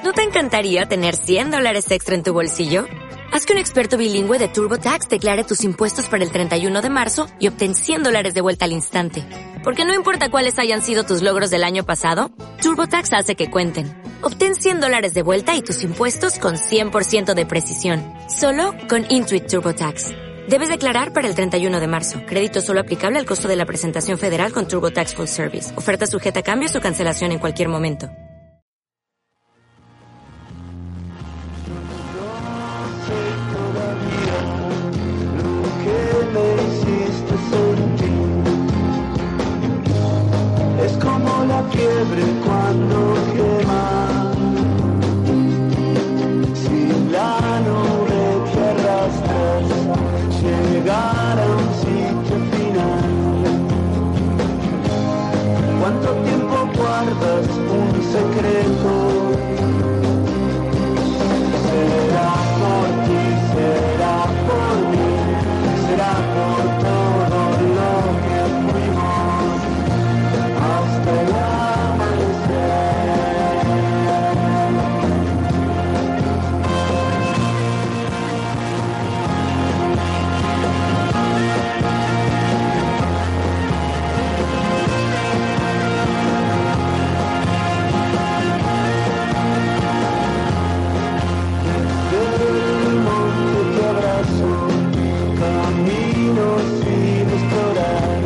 ¿No te encantaría tener $100 extra en tu bolsillo? Haz que un experto bilingüe de TurboTax declare tus impuestos para el 31 de marzo y obtén $100 de vuelta al instante. Porque no importa cuáles hayan sido tus logros del año pasado, TurboTax hace que cuenten. Obtén $100 de vuelta y tus impuestos con 100% de precisión. Solo con Intuit TurboTax. Debes declarar para el 31 de marzo. Crédito solo aplicable al costo de la presentación federal con TurboTax Full Service. Oferta sujeta a cambios o cancelación en cualquier momento. Es como la fiebre cuando quema, sin la nube que arrastras, llegar a un sitio final. ¿Cuánto tiempo guardas un secreto? Será por ti, será por mí, será por todo lo que fuimos hasta el amanecer. Del monte te abrazo, camino sin explorar.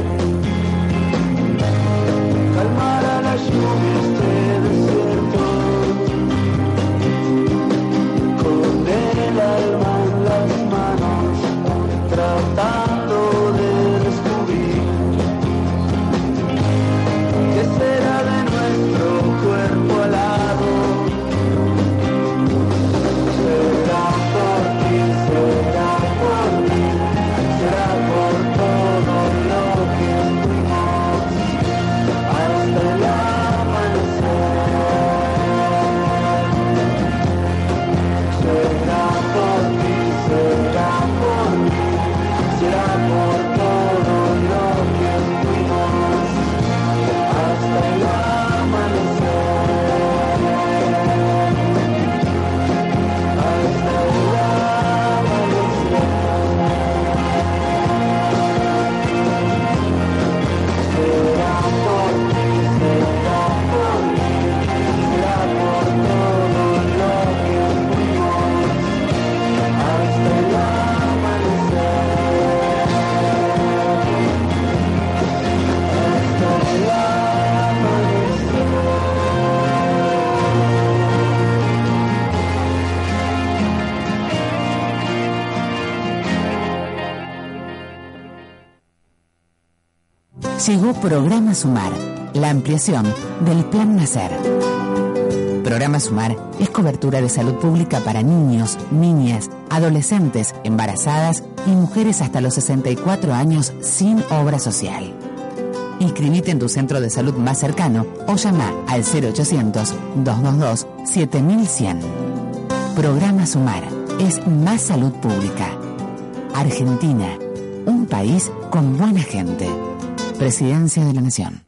Calmará la lluvia este desierto, con el alma en las manos, tratando de descubrir qué será de nuestro cuerpo alado. Será por ti, será por mí, será por todo lo que fuimos hasta el amanecer. Será por ti, será por mí, será por todo lo que fuimos hasta el amanecer. Hasta el amanecer. Será por ti, será por mí, será por todo lo que fuimos hasta el amanecer. Hasta el amanecer. Llegó Programa Sumar, la ampliación del Plan Nacer. Programa Sumar es cobertura de salud pública para niños, niñas, adolescentes, embarazadas y mujeres hasta los 64 años sin obra social. Inscribite en tu centro de salud más cercano o llama al 0800-222-7100. Programa Sumar es más salud pública. Argentina, un país con buena gente. Presidencia de la Nación.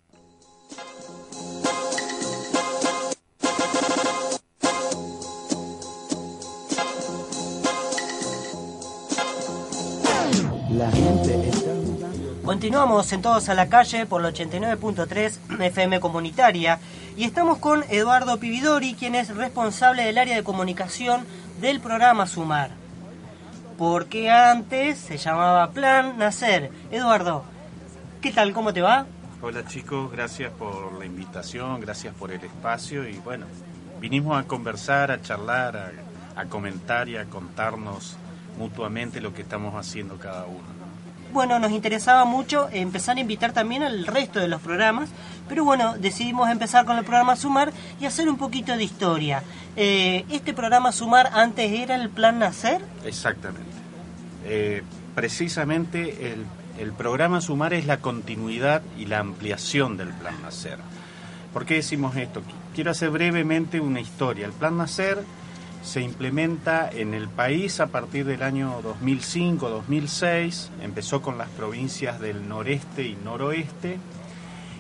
La gente está... Continuamos en Todos a la Calle por la 89.3 FM comunitaria y estamos con Eduardo Pividori, quien es responsable del área de comunicación del programa Sumar. Porque antes se llamaba Plan Nacer. Eduardo, ¿qué tal? ¿Cómo te va? Hola chicos, gracias por la invitación, gracias por el espacio y bueno, vinimos a conversar, a charlar, a comentar y a contarnos mutuamente lo que estamos haciendo cada uno. Bueno, nos interesaba mucho empezar a invitar también al resto de los programas, pero bueno, decidimos empezar con el programa Sumar y hacer un poquito de historia. ¿Este programa Sumar antes era el Plan Nacer? Exactamente. Precisamente el programa Sumar es la continuidad y la ampliación del Plan Nacer. ¿Por qué decimos esto? Quiero hacer brevemente una historia. El Plan Nacer se implementa en el país a partir del año 2005-2006, empezó con las provincias del noreste y noroeste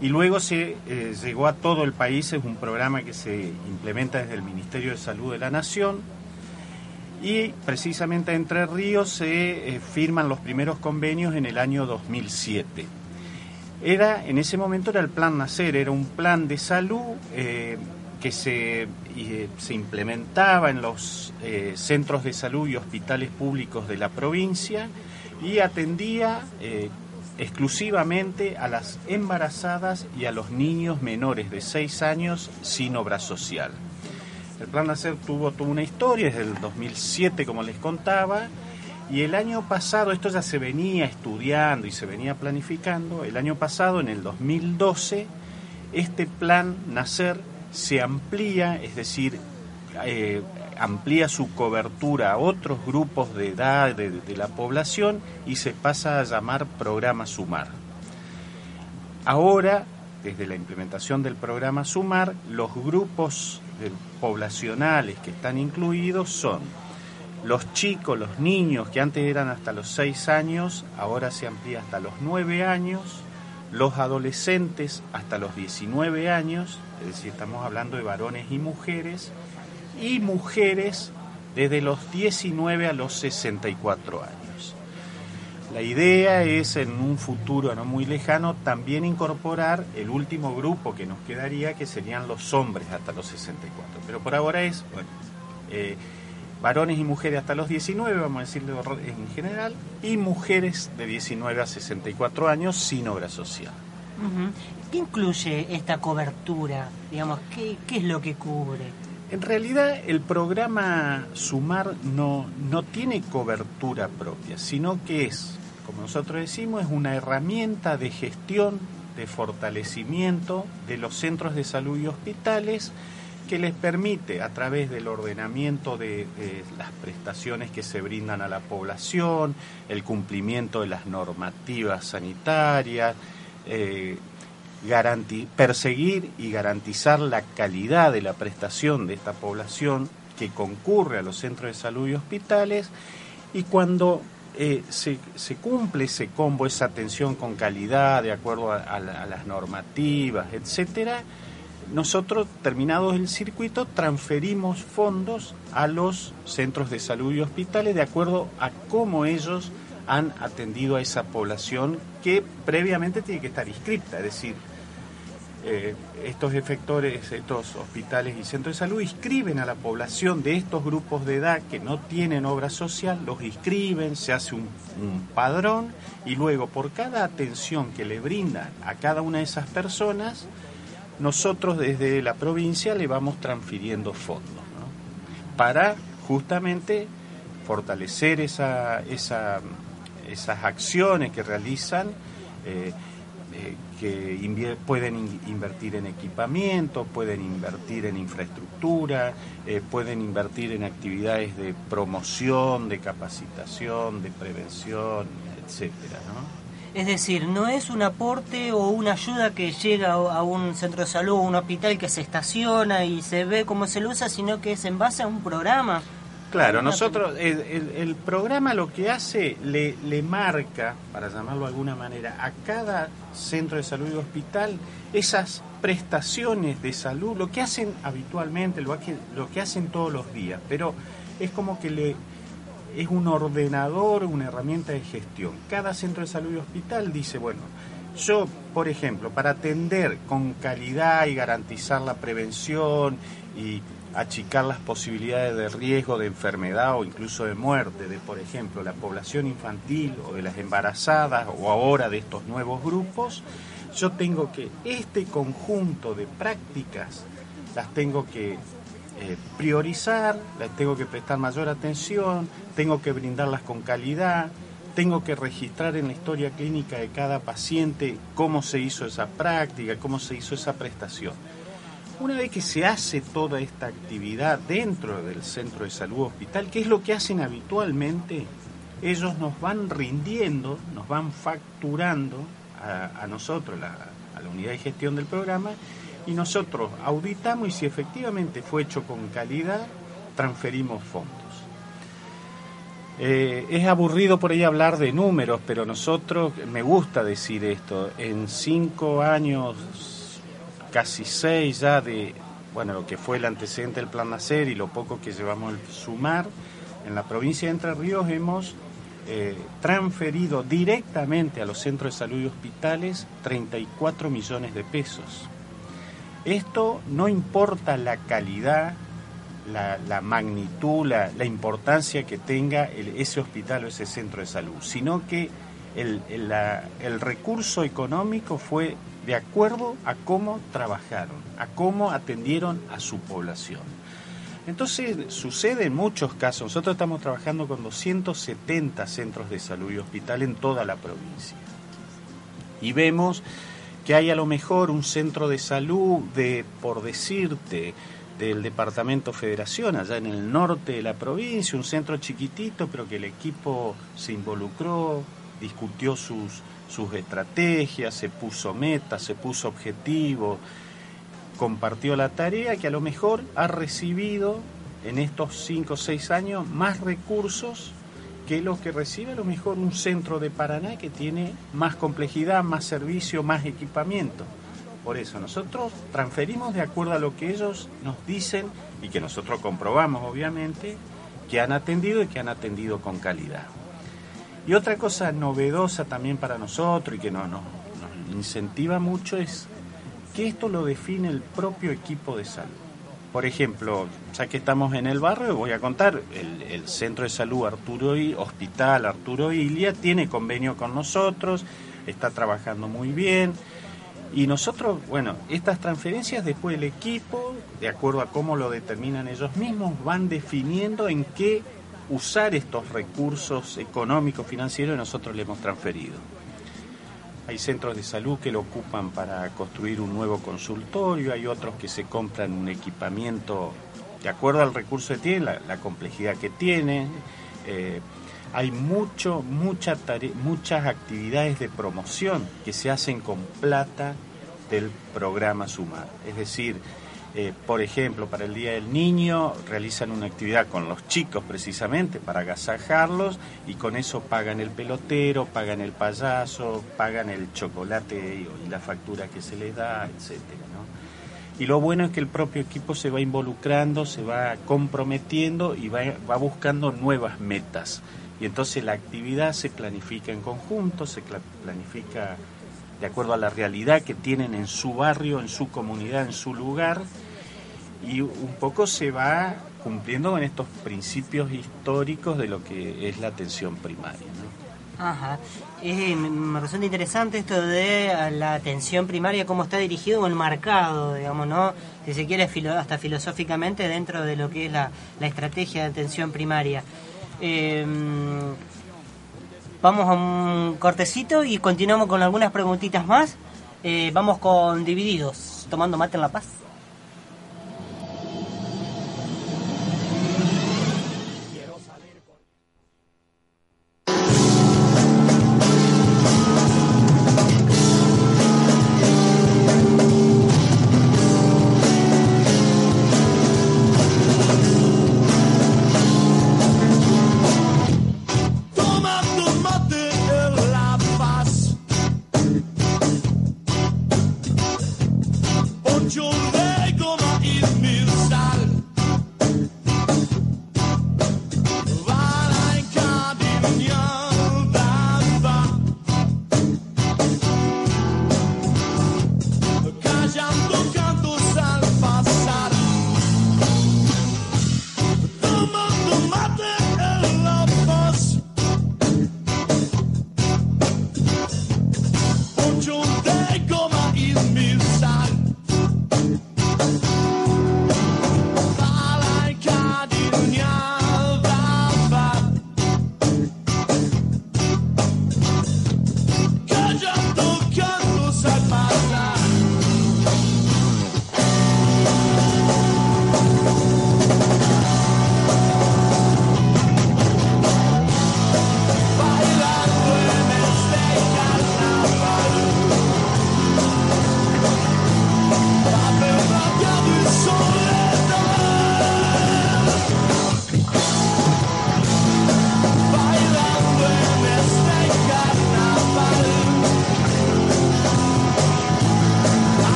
y luego se llegó a todo el país. Es un programa que se implementa desde el Ministerio de Salud de la Nación, y precisamente en Entre Ríos se firman los primeros convenios en el año 2007. En ese momento era el Plan Nacer, era un plan de salud que se implementaba en los centros de salud y hospitales públicos de la provincia, y atendía exclusivamente a las embarazadas y a los niños menores de 6 años sin obra social. El Plan Nacer tuvo una historia desde el 2007, como les contaba, y el año pasado, esto ya se venía estudiando y se venía planificando, el año pasado, en el 2012, este Plan Nacer se amplía, es decir, amplía su cobertura a otros grupos de edad de la población, y se pasa a llamar Programa Sumar. Ahora, desde la implementación del Programa Sumar, los grupos poblacionales que están incluidos son los chicos, los niños que antes eran hasta los 6 años, ahora se amplía hasta los 9 años, los adolescentes hasta los 19 años, es decir, estamos hablando de varones y mujeres desde los 19 a los 64 años. La idea es, en un futuro no muy lejano, también incorporar el último grupo que nos quedaría, que serían los hombres hasta los 64. Pero por ahora es, varones y mujeres hasta los 19, vamos a decirlo en general, y mujeres de 19 a 64 años sin obra social. Uh-huh. ¿Qué incluye esta cobertura? Digamos, ¿qué es lo que cubre? En realidad, el programa Sumar no tiene cobertura propia, sino que es, como nosotros decimos, es una herramienta de gestión, de fortalecimiento de los centros de salud y hospitales, que les permite, a través del ordenamiento de las prestaciones que se brindan a la población, el cumplimiento de las normativas sanitarias, perseguir y garantizar la calidad de la prestación de esta población que concurre a los centros de salud y hospitales, y cuando se cumple ese combo, esa atención con calidad de acuerdo a las normativas, etcétera, nosotros, terminados el circuito, transferimos fondos a los centros de salud y hospitales de acuerdo a cómo ellos han atendido a esa población que previamente tiene que estar inscripta, es decir, estos efectores, estos hospitales y centros de salud inscriben a la población de estos grupos de edad que no tienen obra social, los inscriben, se hace un padrón, y luego por cada atención que le brindan a cada una de esas personas, nosotros desde la provincia le vamos transfiriendo fondos, ¿no? Para justamente fortalecer esas acciones que realizan, que pueden invertir en equipamiento, pueden invertir en infraestructura, pueden invertir en actividades de promoción, de capacitación, de prevención, etcétera, ¿no? Es decir, no es un aporte o una ayuda que llega a un centro de salud o un hospital que se estaciona y se ve cómo se lo usa, sino que es en base a un programa. Claro, nosotros, el programa lo que hace, le marca, para llamarlo de alguna manera, a cada centro de salud y hospital esas prestaciones de salud, lo que hacen habitualmente, lo que hacen todos los días, pero es como que es un ordenador, una herramienta de gestión. Cada centro de salud y hospital dice, bueno, yo, por ejemplo, para atender con calidad y garantizar la prevención y achicar las posibilidades de riesgo de enfermedad o incluso de muerte de, por ejemplo, la población infantil o de las embarazadas o ahora de estos nuevos grupos, yo tengo que este conjunto de prácticas las tengo que priorizar, les tengo que prestar mayor atención, tengo que brindarlas con calidad, tengo que registrar en la historia clínica de cada paciente cómo se hizo esa práctica, cómo se hizo esa prestación. Una vez que se hace toda esta actividad dentro del centro de salud hospital, que es lo que hacen habitualmente, ellos nos van rindiendo, nos van facturando a nosotros, a la unidad de gestión del programa, y nosotros auditamos y si efectivamente fue hecho con calidad, transferimos fondos. Es aburrido por ahí hablar de números, pero nosotros, me gusta decir esto, en 5 años, casi 6 ya de, bueno, lo que fue el antecedente del Plan Nacer y lo poco que llevamos el Sumar, en la provincia de Entre Ríos hemos transferido directamente a los centros de salud y hospitales 34 millones de pesos. Esto no importa la calidad, la magnitud, la importancia que tenga ese hospital o ese centro de salud, sino que el recurso económico fue de acuerdo a cómo trabajaron, a cómo atendieron a su población. Entonces sucede en muchos casos. Nosotros estamos trabajando con 270 centros de salud y hospital en toda la provincia y vemos que hay a lo mejor un centro de salud por decirte, del departamento Federación, allá en el norte de la provincia, un centro chiquitito, pero que el equipo se involucró, discutió sus estrategias, se puso metas, se puso objetivos, compartió la tarea, que a lo mejor ha recibido en estos 5 o 6 años más recursos que los que recibe a lo mejor un centro de Paraná que tiene más complejidad, más servicio, más equipamiento. Por eso nosotros transferimos de acuerdo a lo que ellos nos dicen y que nosotros comprobamos, obviamente, que han atendido y que han atendido con calidad. Y otra cosa novedosa también para nosotros y que nos incentiva mucho es que esto lo define el propio equipo de salud. Por ejemplo, ya que estamos en el barrio, voy a contar, el Centro de Salud Hospital Arturo Illia tiene convenio con nosotros, está trabajando muy bien. Y nosotros, bueno, estas transferencias después el equipo, de acuerdo a cómo lo determinan ellos mismos, van definiendo en qué usar estos recursos económicos, financieros que nosotros le hemos transferido. Hay centros de salud que lo ocupan para construir un nuevo consultorio, hay otros que se compran un equipamiento de acuerdo al recurso que tiene, la complejidad que tiene. Hay muchas actividades de promoción que se hacen con plata del programa Sumar. Es decir, por ejemplo, para el Día del Niño realizan una actividad con los chicos precisamente para agasajarlos y con eso pagan el pelotero, pagan el payaso, pagan el chocolate y la factura que se les da, etcétera, ¿no? Y lo bueno es que el propio equipo se va involucrando, se va comprometiendo y va buscando nuevas metas. Y entonces la actividad se planifica en conjunto, se planifica de acuerdo a la realidad que tienen en su barrio, en su comunidad, en su lugar, y un poco se va cumpliendo con estos principios históricos de lo que es la atención primaria, ¿no? Ajá. Me resulta interesante esto de la atención primaria, cómo está dirigido o enmarcado, digamos, ¿no? Si se quiere, hasta filosóficamente dentro de lo que es la estrategia de atención primaria. Vamos a un cortecito y continuamos con algunas preguntitas más. Vamos con Divididos, tomando mate en La Paz. Your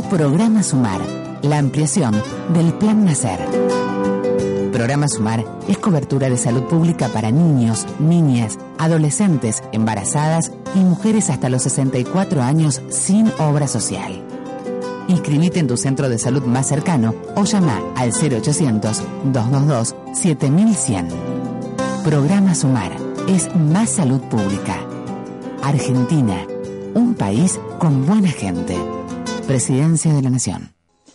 Programa Sumar, la ampliación del Plan Nacer. Programa Sumar es cobertura de salud pública para niños, niñas, adolescentes, embarazadas y mujeres hasta los 64 años sin obra social. Inscribite en tu centro de salud más cercano o llama al 0800-222-7100. Programa Sumar es más salud pública. Argentina, un país con buena gente. Presidencia de la Nación.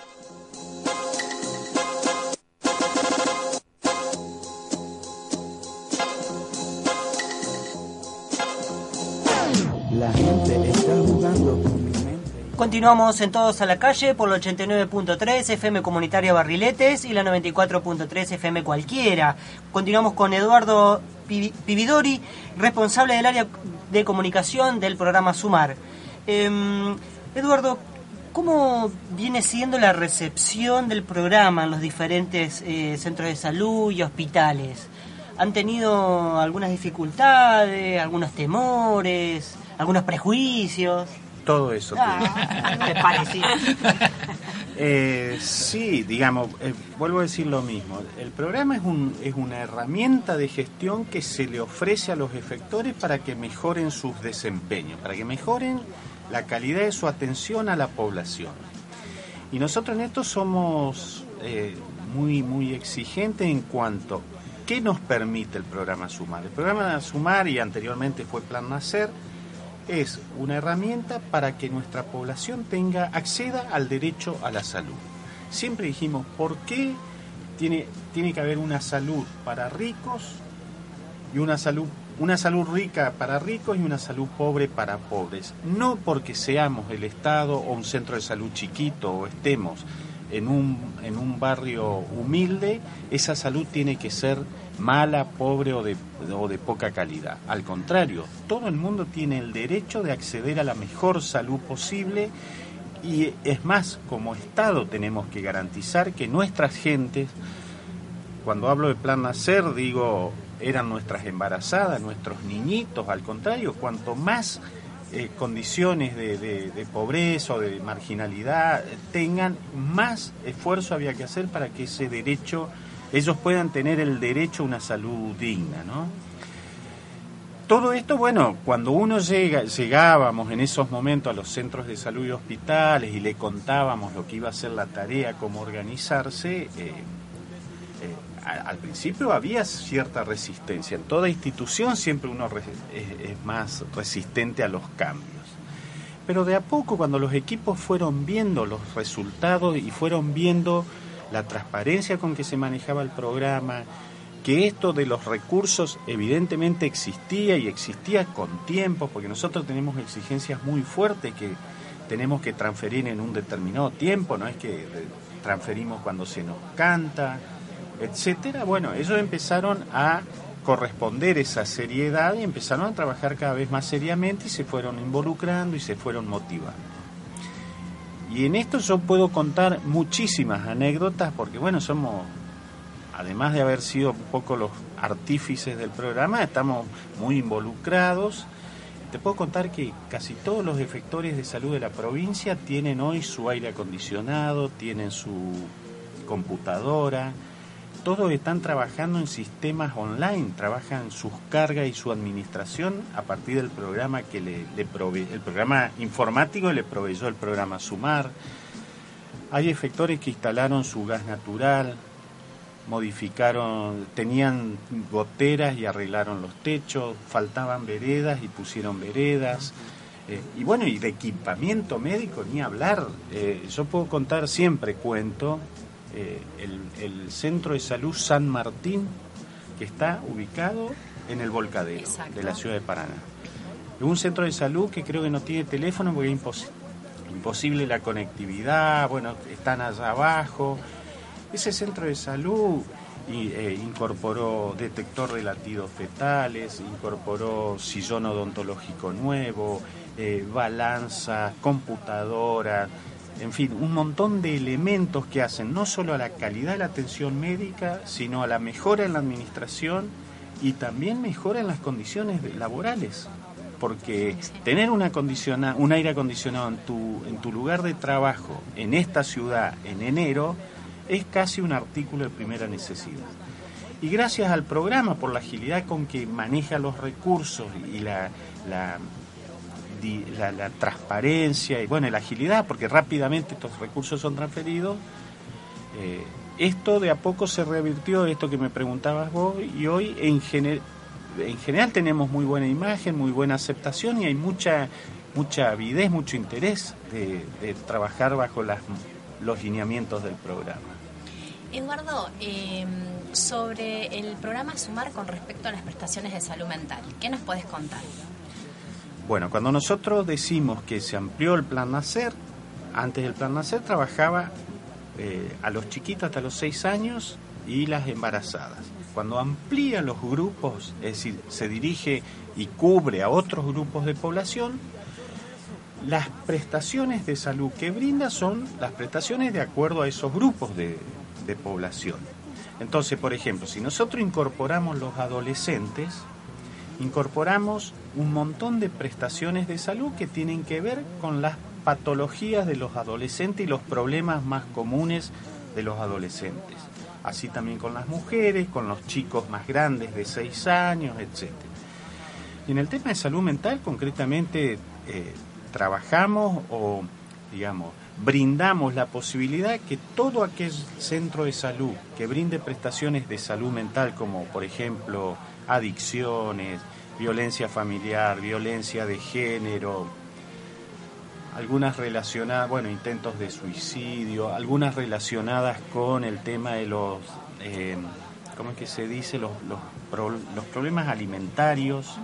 La gente está jugando con mi mente. Continuamos en Todos a la Calle por la 89.3 FM Comunitaria Barriletes y la 94.3 FM Cualquiera. Continuamos con Eduardo Pividori, responsable del área de comunicación del programa Sumar. Eduardo, ¿cómo viene siendo la recepción del programa en los diferentes centros de salud y hospitales? ¿Han tenido algunas dificultades, algunos temores, algunos prejuicios? Todo eso. Me parecía. Sí, digamos, vuelvo a decir lo mismo. El programa es una herramienta de gestión que se le ofrece a los efectores para que mejoren sus desempeños, para que mejoren la calidad de su atención a la población. Y nosotros en esto somos muy exigentes en cuanto a qué nos permite el programa Sumar. El programa Sumar, y anteriormente fue Plan Nacer, es una herramienta para que nuestra población acceda al derecho a la salud. Siempre dijimos, ¿por qué tiene que haber una salud para ricos y una salud rica para ricos y una salud pobre para pobres? No porque seamos el Estado o un centro de salud chiquito o estemos en un barrio humilde, esa salud tiene que ser mala, pobre o de poca calidad. Al contrario, todo el mundo tiene el derecho de acceder a la mejor salud posible y es más, como Estado tenemos que garantizar que nuestras gentes, cuando hablo de Plan Nacer, digo, eran nuestras embarazadas, nuestros niñitos, al contrario, cuanto más condiciones de pobreza o de marginalidad tengan, más esfuerzo había que hacer para que ese derecho, ellos puedan tener el derecho a una salud digna, ¿no? Todo esto, bueno, cuando uno llegábamos en esos momentos a los centros de salud y hospitales y le contábamos lo que iba a ser la tarea, cómo organizarse, al principio había cierta resistencia. En toda institución siempre uno es más resistente a los cambios. Pero de a poco, cuando los equipos fueron viendo los resultados y fueron viendo la transparencia con que se manejaba el programa, que esto de los recursos evidentemente existía y existía con tiempo, porque nosotros tenemos exigencias muy fuertes que tenemos que transferir en un determinado tiempo, no es que transferimos cuando se nos canta, etcétera. Bueno, ellos empezaron a corresponder esa seriedad y empezaron a trabajar cada vez más seriamente y se fueron involucrando y se fueron motivando. Y en esto yo puedo contar muchísimas anécdotas porque, bueno, somos, además de haber sido un poco los artífices del programa, estamos muy involucrados. Te puedo contar que casi todos los efectores de salud de la provincia tienen hoy su aire acondicionado, tienen su computadora. Todos están trabajando en sistemas online, trabajan sus cargas y su administración a partir del programa que le provee, el programa informático le proveyó el programa Sumar. Hay efectores que instalaron su gas natural, modificaron, tenían goteras y arreglaron los techos, faltaban veredas y pusieron veredas. Y bueno, y de equipamiento médico ni hablar. Yo puedo contar, siempre cuento, el Centro de Salud San Martín, que está ubicado en el Volcadero. Exacto. De la ciudad de Paraná. Es un centro de salud que creo que no tiene teléfono porque es imposible la conectividad, bueno, están allá abajo. Ese centro de salud incorporó detector de latidos fetales, incorporó sillón odontológico nuevo, balanza, computadora, en fin, un montón de elementos que hacen no solo a la calidad de la atención médica, sino a la mejora en la administración y también mejora en las condiciones laborales. porque tener un aire acondicionado en tu lugar de trabajo, en esta ciudad, en enero, es casi un artículo de primera necesidad. Y gracias al programa, por la agilidad con que maneja los recursos y la transparencia y bueno, la agilidad, porque rápidamente estos recursos son transferidos, esto de a poco se revirtió, esto que me preguntabas vos, y hoy en general tenemos muy buena imagen, muy buena aceptación y hay mucha avidez, mucho interés de trabajar bajo los lineamientos del programa. Eduardo, sobre el programa Sumar con respecto a las prestaciones de salud mental, ¿qué nos puedes contar? Bueno, cuando nosotros decimos que se amplió el Plan Nacer, antes del Plan Nacer trabajaba a los chiquitos hasta los 6 años y las embarazadas. Cuando amplía los grupos, es decir, se dirige y cubre a otros grupos de población, las prestaciones de salud que brinda son las prestaciones de acuerdo a esos grupos de población. Entonces, por ejemplo, si nosotros incorporamos los adolescentes, incorporamos un montón de prestaciones de salud que tienen que ver con las patologías de los adolescentes y los problemas más comunes de los adolescentes. Así también con las mujeres, con los chicos más grandes de 6 años, etc. Y en el tema de salud mental, concretamente, trabajamos o, digamos, brindamos la posibilidad que todo aquel centro de salud que brinde prestaciones de salud mental, como por ejemplo adicciones, violencia familiar, violencia de género, algunas relacionadas, bueno, intentos de suicidio, algunas relacionadas con el tema de los, ¿cómo es que se dice? Los problemas alimentarios.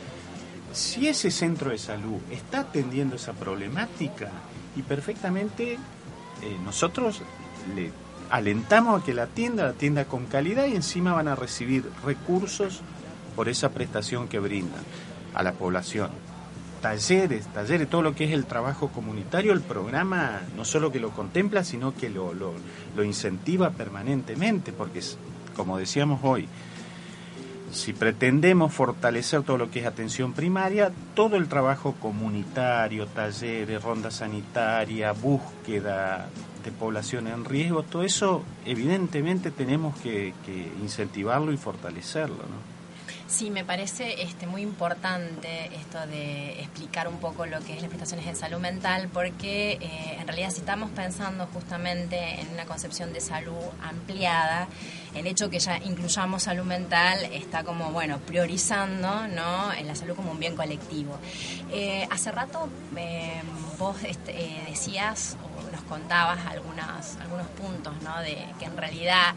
Si ese centro de salud está atendiendo esa problemática, y perfectamente nosotros le alentamos a que la atienda con calidad y encima van a recibir recursos por esa prestación que brindan a la población. Talleres, todo lo que es el trabajo comunitario, el programa no solo que lo contempla, sino que lo incentiva permanentemente, porque como decíamos hoy, si pretendemos fortalecer todo lo que es atención primaria, todo el trabajo comunitario, talleres, ronda sanitaria, búsqueda de población en riesgo, todo eso evidentemente tenemos que incentivarlo y fortalecerlo, ¿no? Sí, me parece muy importante esto de explicar un poco lo que es las prestaciones de salud mental, porque en realidad si estamos pensando justamente en una concepción de salud ampliada, el hecho que ya incluyamos salud mental está como, bueno, priorizando, ¿no?, en la salud como un bien colectivo. Hace rato vos decías o nos contabas algunos puntos, ¿no?, de que en realidad,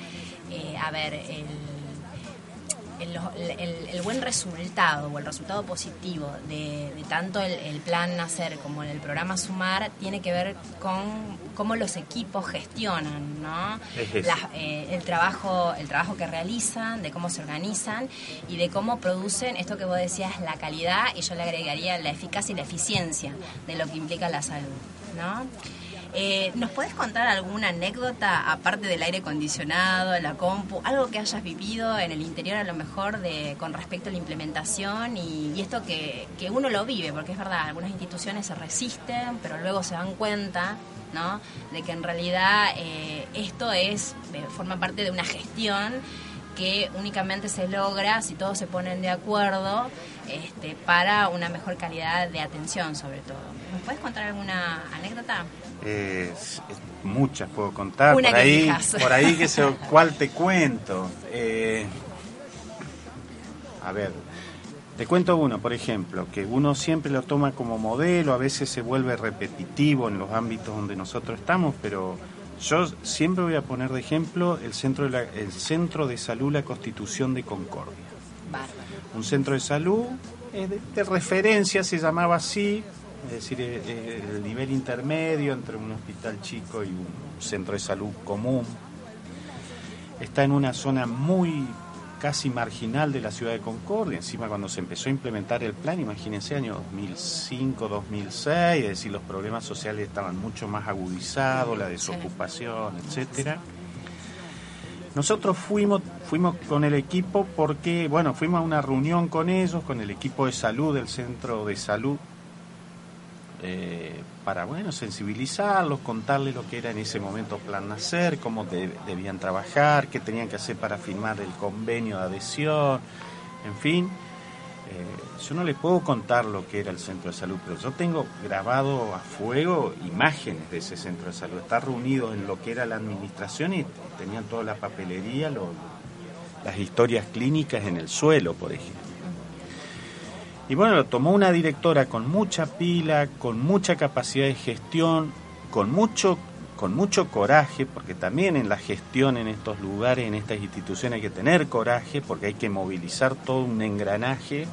el buen resultado o el resultado positivo de tanto el Plan Nacer como el programa Sumar tiene que ver con cómo los equipos gestionan, ¿no?, el trabajo que realizan, de cómo se organizan y de cómo producen esto que vos decías, la calidad, y yo le agregaría la eficacia y la eficiencia de lo que implica la salud, ¿no? ¿Nos podés contar alguna anécdota, aparte del aire acondicionado, la compu, algo que hayas vivido en el interior a lo mejor con respecto a la implementación y esto que uno lo vive? Porque es verdad, algunas instituciones se resisten, pero luego se dan cuenta, ¿no?, de que en realidad esto forma parte de una gestión que únicamente se logra si todos se ponen de acuerdo para una mejor calidad de atención, sobre todo. ¿Nos puedes contar alguna anécdota? Muchas puedo contar. Una por ahí ¿cuál te cuento? A ver, te cuento uno, por ejemplo, que uno siempre lo toma como modelo, a veces se vuelve repetitivo en los ámbitos donde nosotros estamos, pero yo siempre voy a poner de ejemplo el centro de salud La Constitución de Concordia. Bárbaro. Un centro de salud de referencia, se llamaba así, es decir, el nivel intermedio entre un hospital chico y un centro de salud común. Está en una zona muy casi marginal de la ciudad de Concordia. Encima, cuando se empezó a implementar el plan, imagínense, año 2005, 2006, es decir, los problemas sociales estaban mucho más agudizados, la desocupación, etcétera. Nosotros fuimos con el equipo porque, bueno, fuimos a una reunión con ellos, con el equipo de salud del centro de salud, para, bueno, sensibilizarlos, contarles lo que era en ese momento Plan Nacer, cómo debían trabajar, qué tenían que hacer para firmar el convenio de adhesión, en fin. Yo no les puedo contar lo que era el centro de salud, pero yo tengo grabado a fuego imágenes de ese centro de salud. Está reunido en lo que era la administración y tenían toda la papelería, las historias clínicas en el suelo, por ejemplo. Y bueno, lo tomó una directora con mucha pila, con mucha capacidad de gestión, con mucho coraje, porque también en la gestión en estos lugares, en estas instituciones hay que tener coraje, porque hay que movilizar todo un engranaje.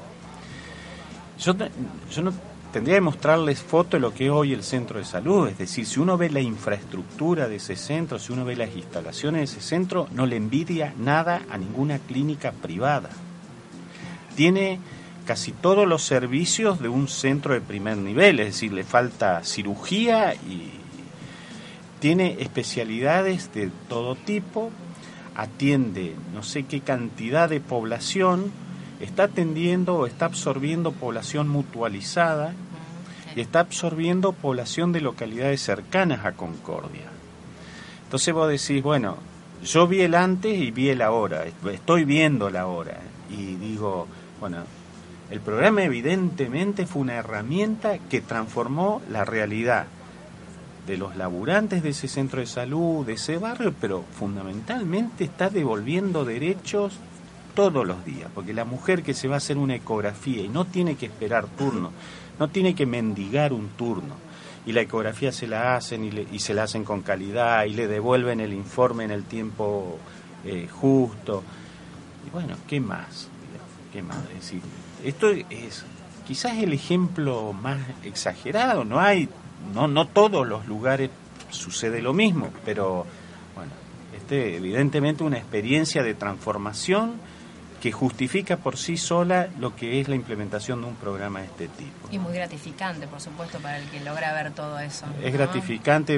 Yo no tendría que mostrarles foto de lo que es hoy el centro de salud, es decir, si uno ve la infraestructura de ese centro, si uno ve las instalaciones de ese centro, no le envidia nada a ninguna clínica privada. Tiene casi todos los servicios de un centro de primer nivel, es decir, le falta cirugía y tiene especialidades de todo tipo, atiende no sé qué cantidad de población, está atendiendo o está absorbiendo población mutualizada y está absorbiendo población de localidades cercanas a Concordia. Entonces vos decís, bueno, yo vi el antes y vi el ahora, estoy viendo el ahora y digo, bueno, el programa evidentemente fue una herramienta que transformó la realidad de los laburantes de ese centro de salud, de ese barrio, pero fundamentalmente está devolviendo derechos todos los días, porque la mujer que se va a hacer una ecografía y no tiene que esperar turno, no tiene que mendigar un turno, y la ecografía se la hacen y se la hacen con calidad y le devuelven el informe en el tiempo justo. Y bueno, ¿qué más? ¿Qué más? Es decir, esto es quizás el ejemplo más exagerado, no todos los lugares sucede lo mismo, pero bueno, evidentemente una experiencia de transformación que justifica por sí sola lo que es la implementación de un programa de este tipo. Y muy gratificante, por supuesto, para el que logra ver todo eso. Es gratificante,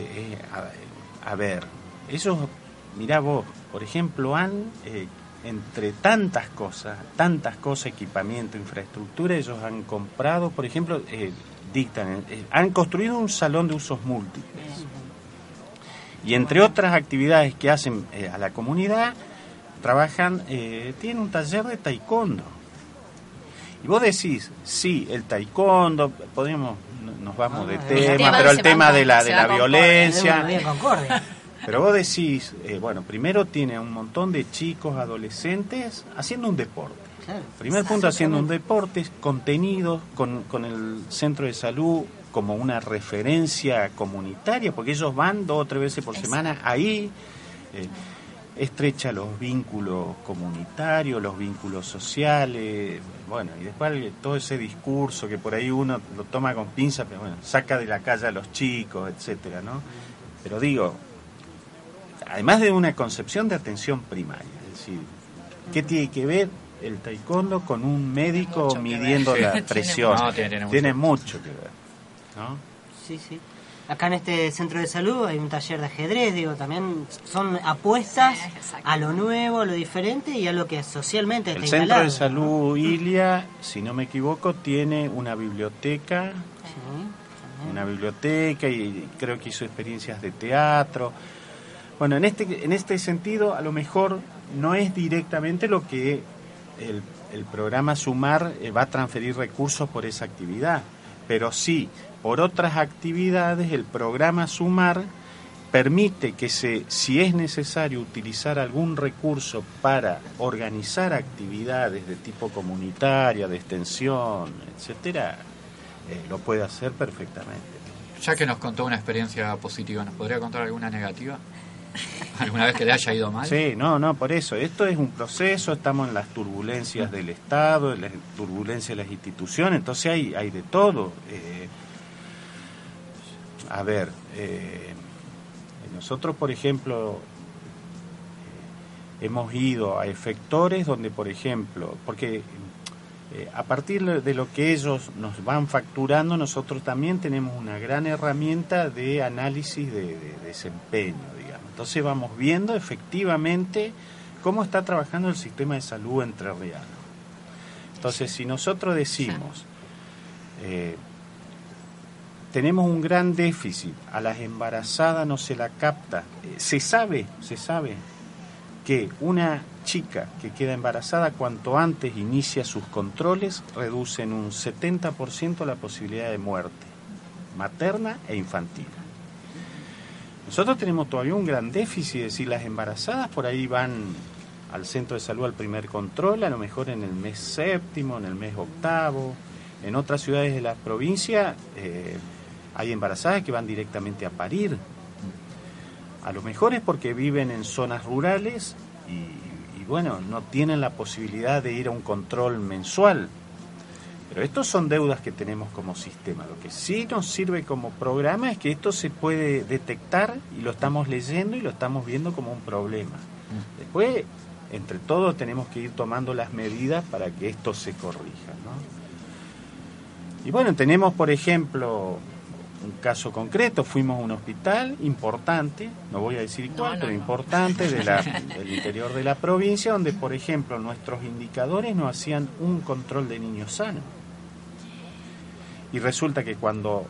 a ver, ellos, mirá vos, por ejemplo, entre tantas cosas, equipamiento, infraestructura, ellos han comprado, por ejemplo, han construido un salón de usos múltiples. Y entre otras actividades que hacen a la comunidad, tienen un taller de taekwondo. Y vos decís, sí, el taekwondo, nos vamos de tema, pero el tema de la violencia. Pero vos decís, bueno, primero tiene un montón de chicos, adolescentes, haciendo un deporte. Claro, primer punto, haciendo un deporte, contenido con el centro de salud como una referencia comunitaria, porque ellos van 2 o 3 veces por semana ahí, estrecha los vínculos comunitarios, los vínculos sociales, bueno, y después todo ese discurso que por ahí uno lo toma con pinza, pero bueno, saca de la calle a los chicos, etcétera, ¿no? Pero digo, además de una concepción de atención primaria, es decir, ¿qué tiene que ver el taekwondo con un médico midiendo la presión? Tiene mucho que ver, ¿no? Sí. Acá en este centro de salud hay un taller de ajedrez, digo, también son apuestas a lo nuevo, a lo diferente y a lo que socialmente está instalado. El centro de salud Ilia, si no me equivoco, tiene una biblioteca, y creo que hizo experiencias de teatro. Bueno, en este sentido, a lo mejor no es directamente lo que el programa Sumar va a transferir recursos por esa actividad, pero sí, por otras actividades, el programa Sumar permite que si es necesario utilizar algún recurso para organizar actividades de tipo comunitaria, de extensión, etcétera, lo puede hacer perfectamente. Ya que nos contó una experiencia positiva, ¿nos podría contar alguna negativa? ¿Alguna vez que le haya ido mal? Sí, no, por eso. Esto es un proceso, estamos en las turbulencias del Estado, en las turbulencias de las instituciones, entonces hay de todo. Nosotros, por ejemplo, hemos ido a efectores donde, por ejemplo, porque a partir de lo que ellos nos van facturando, nosotros también tenemos una gran herramienta de análisis de desempeño, digamos. Entonces vamos viendo efectivamente cómo está trabajando el sistema de salud entrerriano. Entonces, si nosotros decimos, tenemos un gran déficit, a las embarazadas no se la capta, se sabe que una chica que queda embarazada cuanto antes inicia sus controles, reduce en un 70% la posibilidad de muerte materna e infantil. Nosotros tenemos todavía un gran déficit, es decir, las embarazadas por ahí van al centro de salud al primer control, a lo mejor en el mes 7º, en el mes 8º. En otras ciudades de la provincia hay embarazadas que van directamente a parir. A lo mejor es porque viven en zonas rurales y bueno, no tienen la posibilidad de ir a un control mensual. Pero estos son deudas que tenemos como sistema. Lo que sí nos sirve como programa es que esto se puede detectar y lo estamos leyendo y lo estamos viendo como un problema. Después, entre todos, tenemos que ir tomando las medidas para que esto se corrija, ¿no? Y bueno, tenemos, por ejemplo, un caso concreto. Fuimos a un hospital importante, no voy a decir cuál, pero importante, del interior de la provincia, donde, por ejemplo, nuestros indicadores nos hacían un control de niños sanos. Y resulta que cuando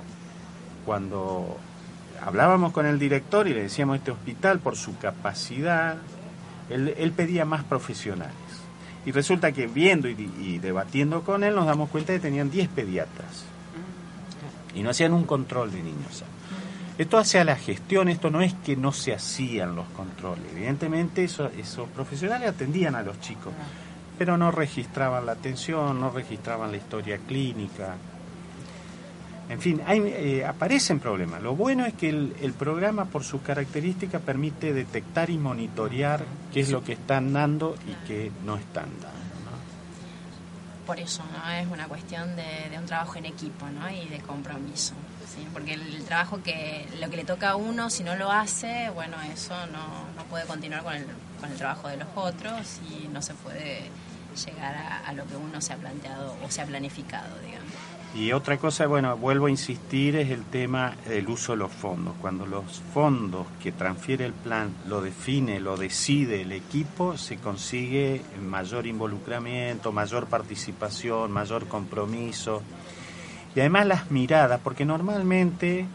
hablábamos con el director y le decíamos este hospital, por su capacidad, él pedía más profesionales. Y resulta que viendo y debatiendo con él nos damos cuenta que tenían 10 pediatras. Y no hacían un control de niños sanos. Esto hacia la gestión, esto no es que no se hacían los controles. Evidentemente esos profesionales atendían a los chicos, pero no registraban la atención, no registraban la historia clínica. En fin, aparecen problemas. Lo bueno es que el programa, por sus características, permite detectar y monitorear qué es lo que están dando y qué no están dando, ¿no? Por eso, ¿no? Es una cuestión de un trabajo en equipo, ¿no? Y de compromiso, ¿sí? Porque el trabajo lo que le toca a uno, si no lo hace, bueno, eso no puede continuar con el trabajo de los otros y no se puede llegar a lo que uno se ha planteado o se ha planificado, digamos. Y otra cosa, bueno, vuelvo a insistir, es el tema del uso de los fondos. Cuando los fondos que transfiere el plan lo define, lo decide el equipo, se consigue mayor involucramiento, mayor participación, mayor compromiso. Y además las miradas, porque normalmente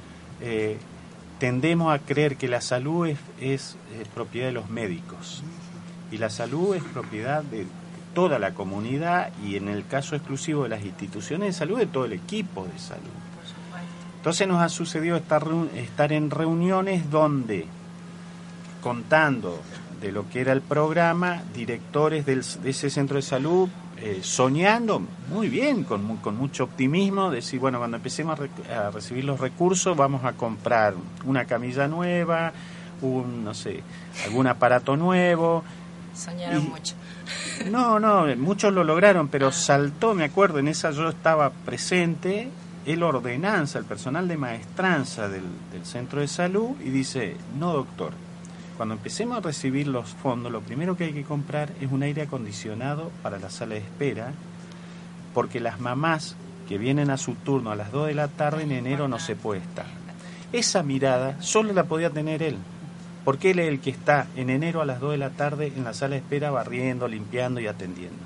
tendemos a creer que la salud es propiedad de los médicos. Y la salud es propiedad de toda la comunidad y en el caso exclusivo de las instituciones de salud, de todo el equipo de salud. Entonces nos ha sucedido estar en reuniones donde, contando de lo que era el programa, directores de ese centro de salud, soñando muy bien, con mucho optimismo, decir, bueno, cuando empecemos a recibir los recursos vamos a comprar una camilla nueva, algún aparato nuevo. Soñaron mucho. No, muchos lo lograron, pero saltó, me acuerdo, en esa yo estaba presente, el ordenanza, el personal de maestranza del centro de salud, y dice, no doctor, cuando empecemos a recibir los fondos, lo primero que hay que comprar es un aire acondicionado para la sala de espera, porque las mamás que vienen a su turno a las 2 de la tarde en enero no se puede estar. Esa mirada solo la podía tener él. Porque él es el que está en enero a las 2 de la tarde en la sala de espera barriendo, limpiando y atendiendo.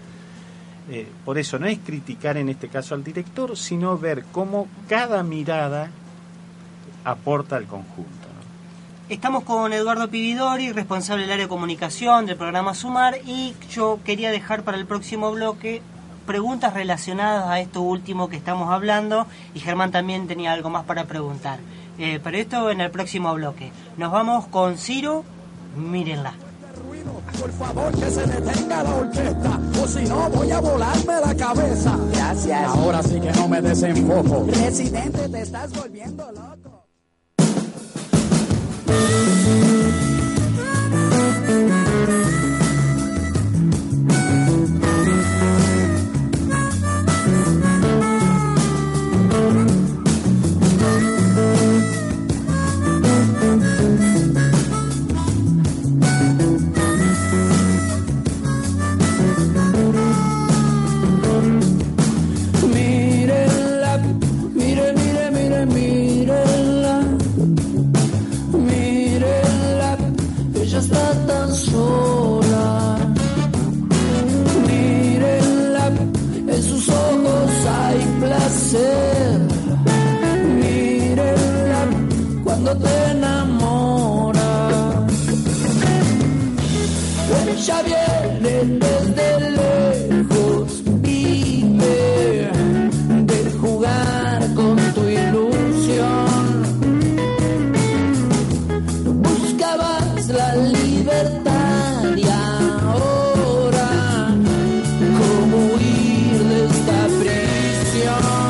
Por eso no es criticar en este caso al director, sino ver cómo cada mirada aporta al conjunto, ¿no? Estamos con Eduardo Pividori, responsable del área de comunicación del programa Sumar, y yo quería dejar para el próximo bloque preguntas relacionadas a esto último que estamos hablando, y Germán también tenía algo más para preguntar. Pero esto en el próximo bloque. Nos vamos con Ciro, mírenla. Por favor que se detenga la orquesta, o si no voy a volarme la cabeza. Gracias. Ahora sí que no me desenfoco. Residente, te estás volviendo loco. Mire, está tan sola. Mírenla, en sus ojos hay placer. Mírenla cuando te enamora. Ella viene desde lejos, vive de jugar con tu ilusión. Buscabas la libertad y ahora cómo huir de esta prisión.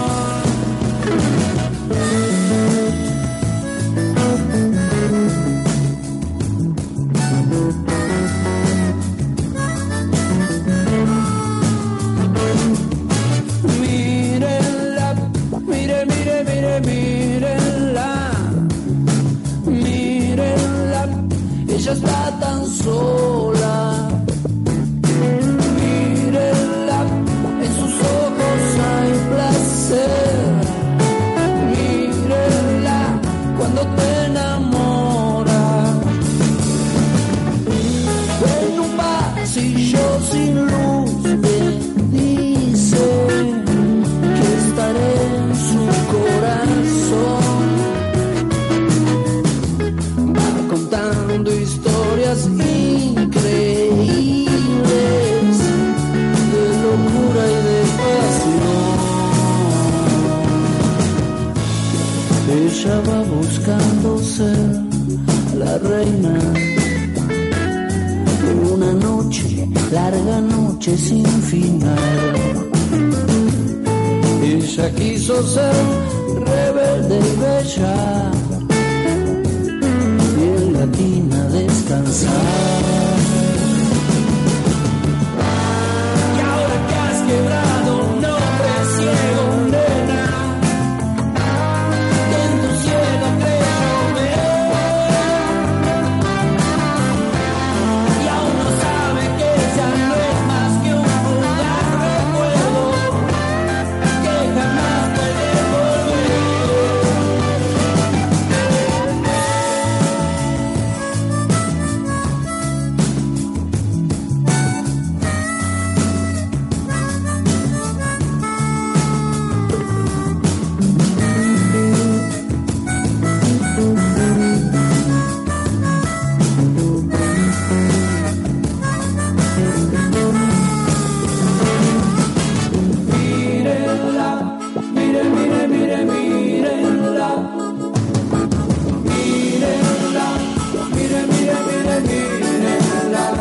Mírenla, mírenla, ella está tan sola. Mírenla, en sus ojos hay placer. Mírenla cuando te enamora. En un pasillo sin luz te dice que estaré en su corazón. Va contando historias increíbles de locura y de pasión. Ella va buscando ser la reina de una noche, larga noche sin final. Ella quiso ser rebelde y bella y en la tina descansar. Y ahora que has quebrado un hombre ciego, nena, que en tu cielo creyó ver. Y aún no sabe que ya no es más que un fugaz recuerdo que jamás puede volver. Mírenla, mírenla. Mírenla, mírenla.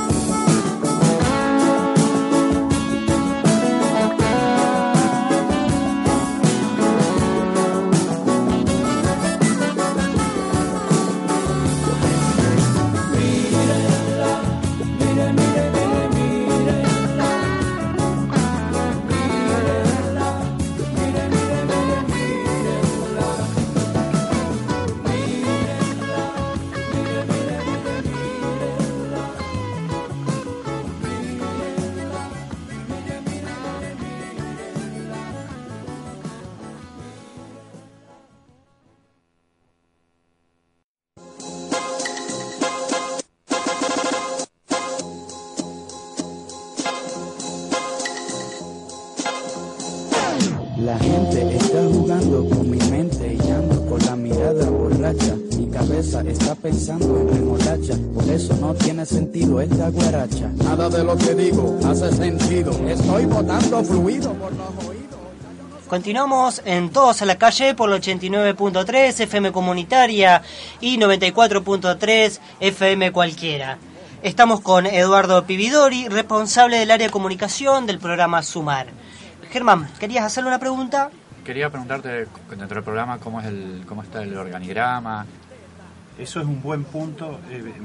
La gente está jugando con mi mente y ando con la mirada borracha. Mi cabeza está pensando en remolacha, por eso no tiene sentido esta guaracha. Nada de lo que digo hace sentido, estoy botando fluido por los oídos. Continuamos en Todos a la Calle por el 89.3 FM Comunitaria y 94.3 FM Cualquiera. Estamos con Eduardo Pividori, responsable del área de comunicación del programa Sumar. Germán, ¿querías hacerle una pregunta? Quería preguntarte dentro del programa cómo está el organigrama. Eso es un buen punto.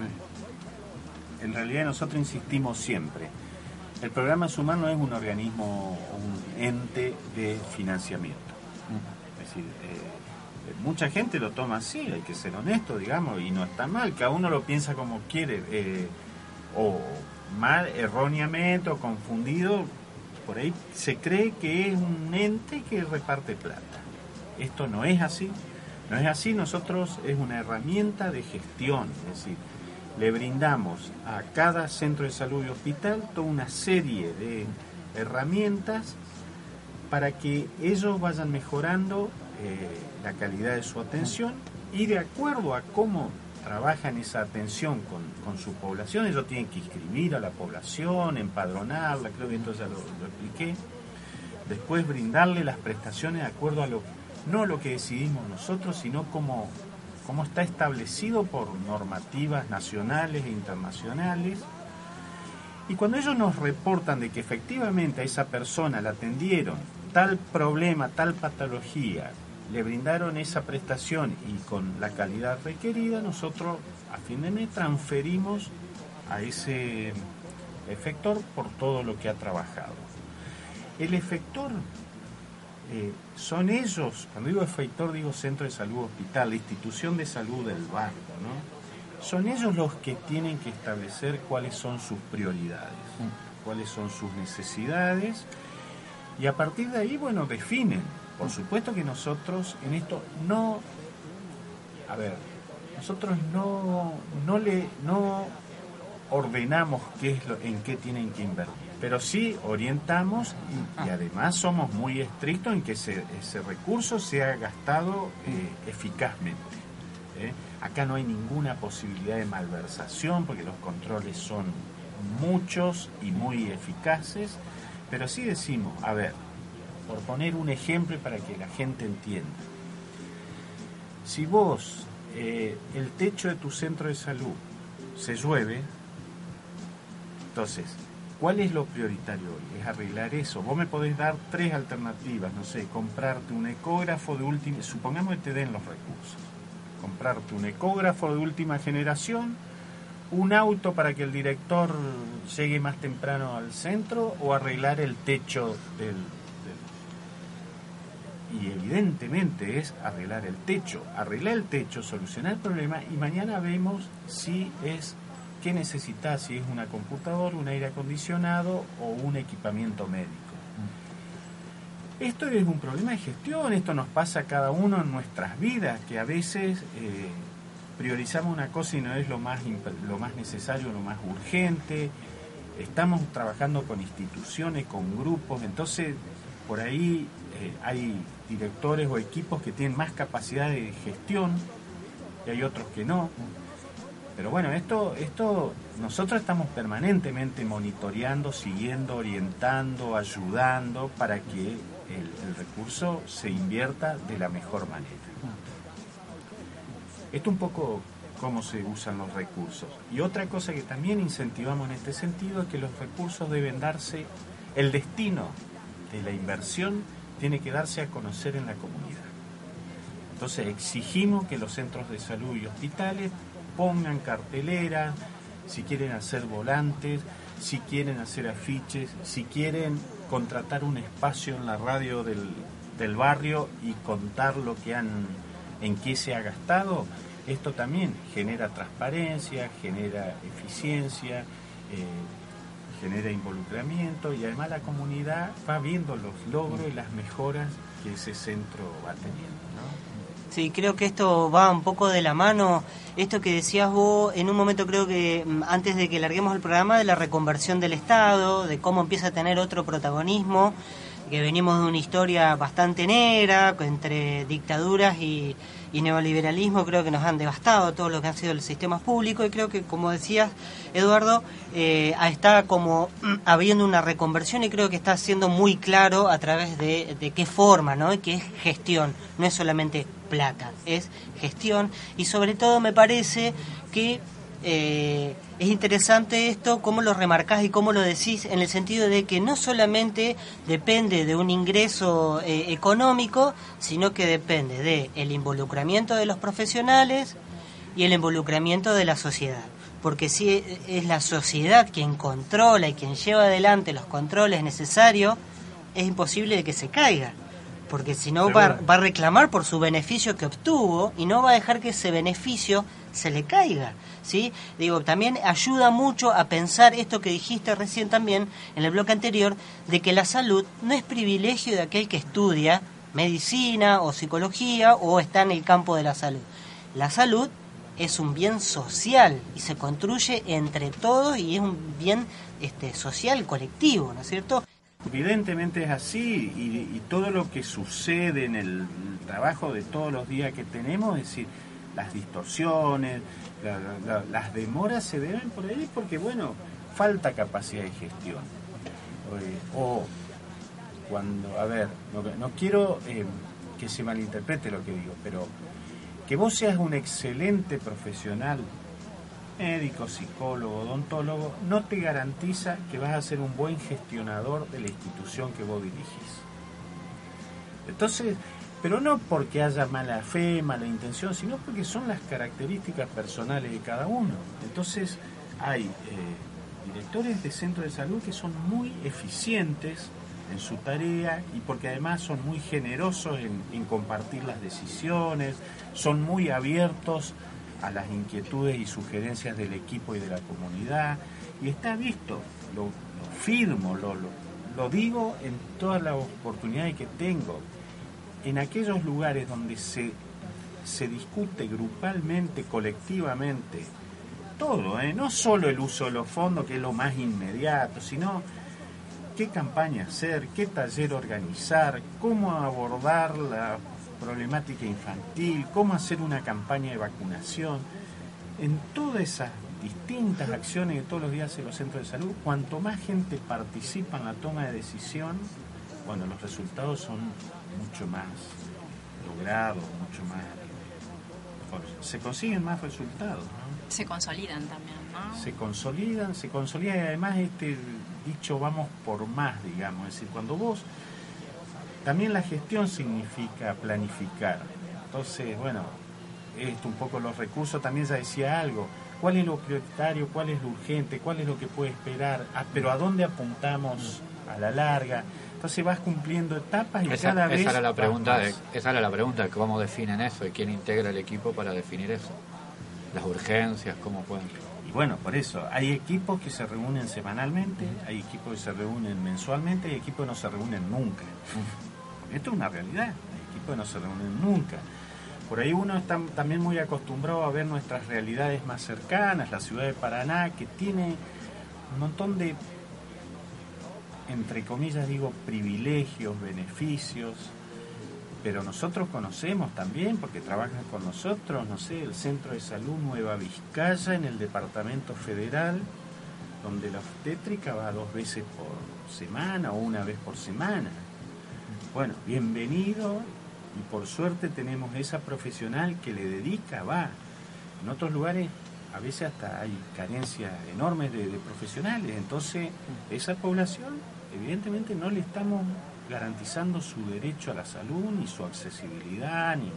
En realidad nosotros insistimos siempre. El programa Sumar no es un organismo o un ente de financiamiento. Es decir, mucha gente lo toma así, hay que ser honesto, digamos, y no está mal, cada uno lo piensa como quiere, o mal, erróneamente, o confundido. Por ahí se cree que es un ente que reparte plata. Esto no es así. No es así. Nosotros es una herramienta de gestión. Es decir, le brindamos a cada centro de salud y hospital toda una serie de herramientas para que ellos vayan mejorando la calidad de su atención, y de acuerdo a cómo trabajan esa atención con su población, ellos tienen que inscribir a la población, empadronarla, creo que entonces ya lo expliqué, después brindarle las prestaciones de acuerdo a no lo que decidimos nosotros, sino cómo está establecido por normativas nacionales e internacionales. Y cuando ellos nos reportan de que efectivamente a esa persona la atendieron, tal problema, tal patología, le brindaron esa prestación y con la calidad requerida, nosotros a fin de mes transferimos a ese efector por todo lo que ha trabajado. El efector son ellos, cuando digo efector digo centro de salud, hospital, la institución de salud del barrio, ¿no? Son ellos los que tienen que establecer cuáles son sus prioridades, cuáles son sus necesidades, y a partir de ahí, bueno, definen. Por supuesto que nosotros en esto no ordenamos en qué tienen que invertir, pero sí orientamos y además somos muy estrictos en que ese recurso sea gastado eficazmente. Acá no hay ninguna posibilidad de malversación porque los controles son muchos y muy eficaces, pero sí decimos, por poner un ejemplo para que la gente entienda, si vos el techo de tu centro de salud se llueve, entonces, ¿cuál es lo prioritario hoy? Es arreglar eso. Vos me podés dar 3 alternativas, no sé, comprarte un ecógrafo de última, supongamos que te den los recursos, comprarte un ecógrafo de última generación, un auto para que el director llegue más temprano al centro, o arreglar el techo y evidentemente es arreglar el techo, solucionar el problema, y mañana vemos qué necesitas, si es una computadora, un aire acondicionado o un equipamiento médico. Esto es un problema de gestión, esto nos pasa a cada uno en nuestras vidas, que a veces priorizamos una cosa y no es lo más necesario, lo más urgente. Estamos trabajando con instituciones, con grupos, entonces por ahí hay directores o equipos que tienen más capacidad de gestión y hay otros que no. Pero bueno, esto nosotros estamos permanentemente monitoreando, siguiendo, orientando, ayudando para que el recurso se invierta de la mejor manera. Esto un poco cómo se usan los recursos. Y otra cosa que también incentivamos en este sentido es que los recursos deben darse, el destino de la inversión tiene que darse a conocer en la comunidad. Entonces exigimos que los centros de salud y hospitales pongan cartelera, si quieren hacer volantes, si quieren hacer afiches, si quieren contratar un espacio en la radio del barrio y contar en qué se ha gastado. Esto también genera transparencia, genera eficiencia, genera involucramiento, y además la comunidad va viendo los logros y las mejoras que ese centro va teniendo, ¿no? Sí, creo que esto va un poco de la mano, esto que decías vos en un momento, creo que antes de que larguemos el programa, de la reconversión del Estado, de cómo empieza a tener otro protagonismo, que venimos de una historia bastante negra, entre dictaduras y neoliberalismo. Creo que nos han devastado todo lo que han sido el sistema público, y creo que, como decías, Eduardo, está como habiendo una reconversión, y creo que está siendo muy claro a través de qué forma, ¿no? Que es gestión, no es solamente plata, es gestión. Y sobre todo me parece que es interesante esto, cómo lo remarcás y cómo lo decís, en el sentido de que no solamente depende de un ingreso económico, sino que depende del involucramiento de los profesionales y el involucramiento de la sociedad. Porque si es la sociedad quien controla y quien lleva adelante los controles necesarios, es imposible de que se caiga. Porque si no va a reclamar por su beneficio que obtuvo y no va a dejar que ese beneficio se le caiga, ¿sí? Digo, también ayuda mucho a pensar esto que dijiste recién también en el bloque anterior, de que la salud no es privilegio de aquel que estudia medicina o psicología o está en el campo de la salud. La salud es un bien social y se construye entre todos y es un bien social colectivo, ¿no es cierto? Evidentemente es así y todo lo que sucede en el trabajo de todos los días que tenemos, es decir, las distorsiones, las demoras se deben por ahí porque, bueno, falta capacidad de gestión. O cuando, a ver, no quiero que se malinterprete lo que digo, pero que vos seas un excelente profesional, médico, psicólogo, odontólogo, no te garantiza que vas a ser un buen gestionador de la institución que vos dirigís. Entonces, pero no porque haya mala fe, mala intención, sino porque son las características personales de cada uno. Entonces, hay directores de centros de salud que son muy eficientes en su tarea y porque además son muy generosos en compartir las decisiones, son muy abiertos a las inquietudes y sugerencias del equipo y de la comunidad, y está visto, lo firmo, lo digo en todas las oportunidades que tengo, en aquellos lugares donde se discute grupalmente, colectivamente, todo, no solo el uso de los fondos, que es lo más inmediato, sino qué campaña hacer, qué taller organizar, cómo abordar la problemática infantil, cómo hacer una campaña de vacunación. En todas esas distintas acciones que todos los días hacen los centros de salud, cuanto más gente participa en la toma de decisión, bueno, los resultados son mucho más logrados, mucho más... se consiguen más resultados, ¿no? Se consolidan también, ¿no? Se consolidan y además dicho vamos por más, digamos, es decir, cuando vos... También la gestión significa planificar. Entonces, bueno, un poco los recursos, también ya decía algo. ¿Cuál es lo prioritario? ¿Cuál es lo urgente? ¿Cuál es lo que puede esperar? Pero ¿a dónde apuntamos a la larga? Entonces vas cumpliendo etapas y cada vez... Esa era la pregunta, ¿cómo definen eso? ¿Y quién integra el equipo para definir eso? Las urgencias, ¿cómo pueden...? Y bueno, por eso, hay equipos que se reúnen semanalmente, hay equipos que se reúnen mensualmente, hay equipos que no se reúnen nunca. Esto es una realidad, hay equipos que no se reúnen nunca. Por ahí uno está también muy acostumbrado a ver nuestras realidades más cercanas, la ciudad de Paraná, que tiene un montón de, entre comillas digo, privilegios, beneficios, pero nosotros conocemos también, porque trabajan con nosotros, no sé, el Centro de Salud Nueva Vizcaya en el Departamento Federal, donde la obstétrica va 2 veces por semana o 1 vez por semana. Bueno, bienvenido, y por suerte tenemos esa profesional que le dedica, va. En otros lugares a veces hasta hay carencias enormes de profesionales, entonces esa población evidentemente no le estamos garantizando su derecho a la salud, ni su accesibilidad, ni...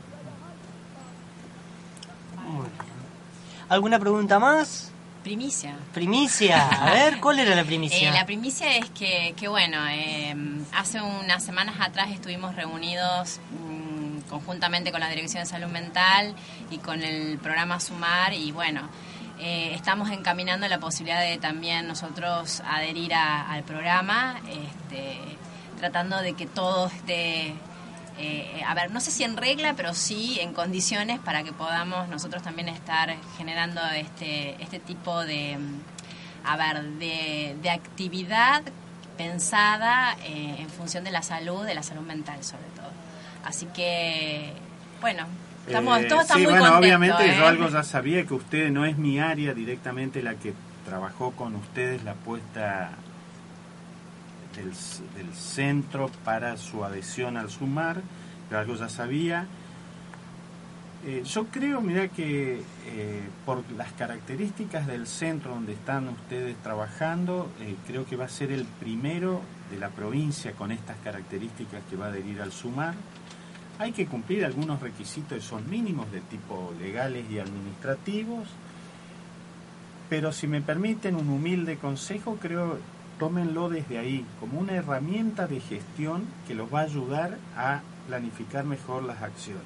Muy bien. ¿Alguna pregunta más? Primicia. A ver, ¿cuál era la primicia? La primicia es que bueno, hace unas semanas atrás estuvimos reunidos conjuntamente con la Dirección de Salud Mental y con el programa Sumar, y bueno, estamos encaminando la posibilidad de también nosotros adherir al programa, tratando de que todo esté... a ver, no sé si en regla, pero sí en condiciones para que podamos nosotros también estar generando este tipo de actividad pensada en función de la salud mental sobre todo. Así que, bueno, todo está muy contento. Obviamente yo algo ya sabía, que usted no es mi área directamente la que trabajó con ustedes la apuesta del centro para su adhesión al Sumar, pero algo ya sabía. Yo creo, mira, que por las características del centro donde están ustedes trabajando, creo que va a ser el primero de la provincia con estas características que va a adherir al Sumar. Hay que cumplir algunos requisitos que son mínimos de tipo legales y administrativos, pero si me permiten un humilde consejo, creo, tómenlo desde ahí, como una herramienta de gestión que los va a ayudar a planificar mejor las acciones.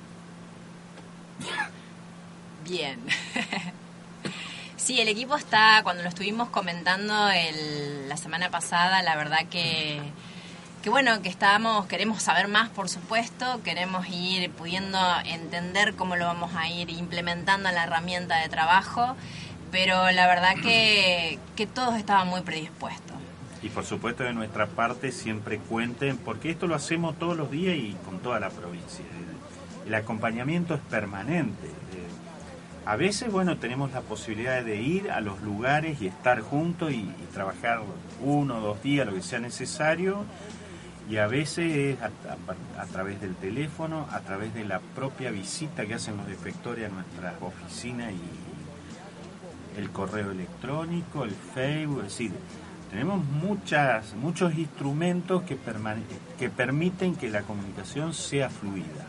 Bien. Sí, el equipo está, cuando lo estuvimos comentando la semana pasada, la verdad que bueno, queremos saber más, por supuesto, queremos ir pudiendo entender cómo lo vamos a ir implementando en la herramienta de trabajo, pero la verdad que todos estaban muy predispuestos. Y por supuesto de nuestra parte siempre cuenten, porque esto lo hacemos todos los días y con toda la provincia. El acompañamiento es permanente. A veces, bueno, tenemos la posibilidad de ir a los lugares y estar juntos y trabajar 1 o 2 días, lo que sea necesario, y a veces es a través del teléfono, a través de la propia visita que hacen los efectores a nuestras oficinas y el correo electrónico, el Facebook, es decir, tenemos muchos instrumentos que permiten que la comunicación sea fluida.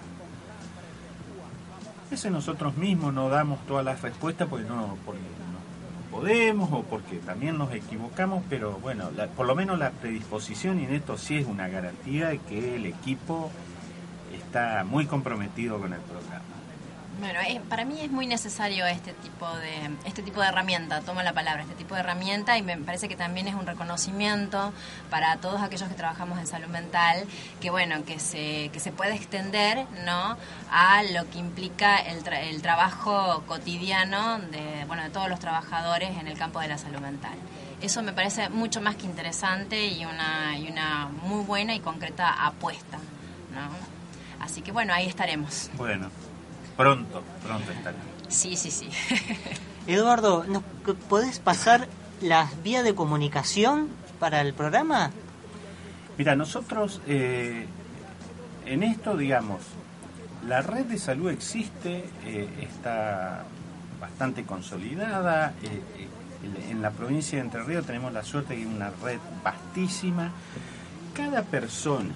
A veces nosotros mismos no damos todas las respuestas porque no podemos o porque también nos equivocamos, pero bueno, por lo menos la predisposición, y en esto sí es una garantía de que el equipo está muy comprometido con el programa. Bueno, para mí es muy necesario este tipo de herramienta, tomo la palabra, este tipo de herramienta, y me parece que también es un reconocimiento para todos aquellos que trabajamos en salud mental, que bueno, que se puede extender, ¿no?, a lo que implica el trabajo cotidiano de todos los trabajadores en el campo de la salud mental. Eso me parece mucho más que interesante y una muy buena y concreta apuesta, ¿no? Así que bueno, ahí estaremos. Bueno. Pronto estará. Sí. Eduardo, ¿nos podés pasar las vías de comunicación para el programa? Mira, nosotros en esto, digamos, la red de salud existe, está bastante consolidada. En la provincia de Entre Ríos tenemos la suerte de que hay una red vastísima. Cada persona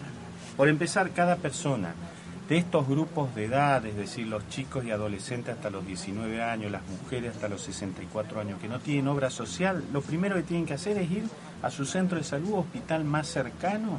de estos grupos de edad, es decir, los chicos y adolescentes hasta los 19 años, las mujeres hasta los 64 años que no tienen obra social, lo primero que tienen que hacer es ir a su centro de salud o hospital más cercano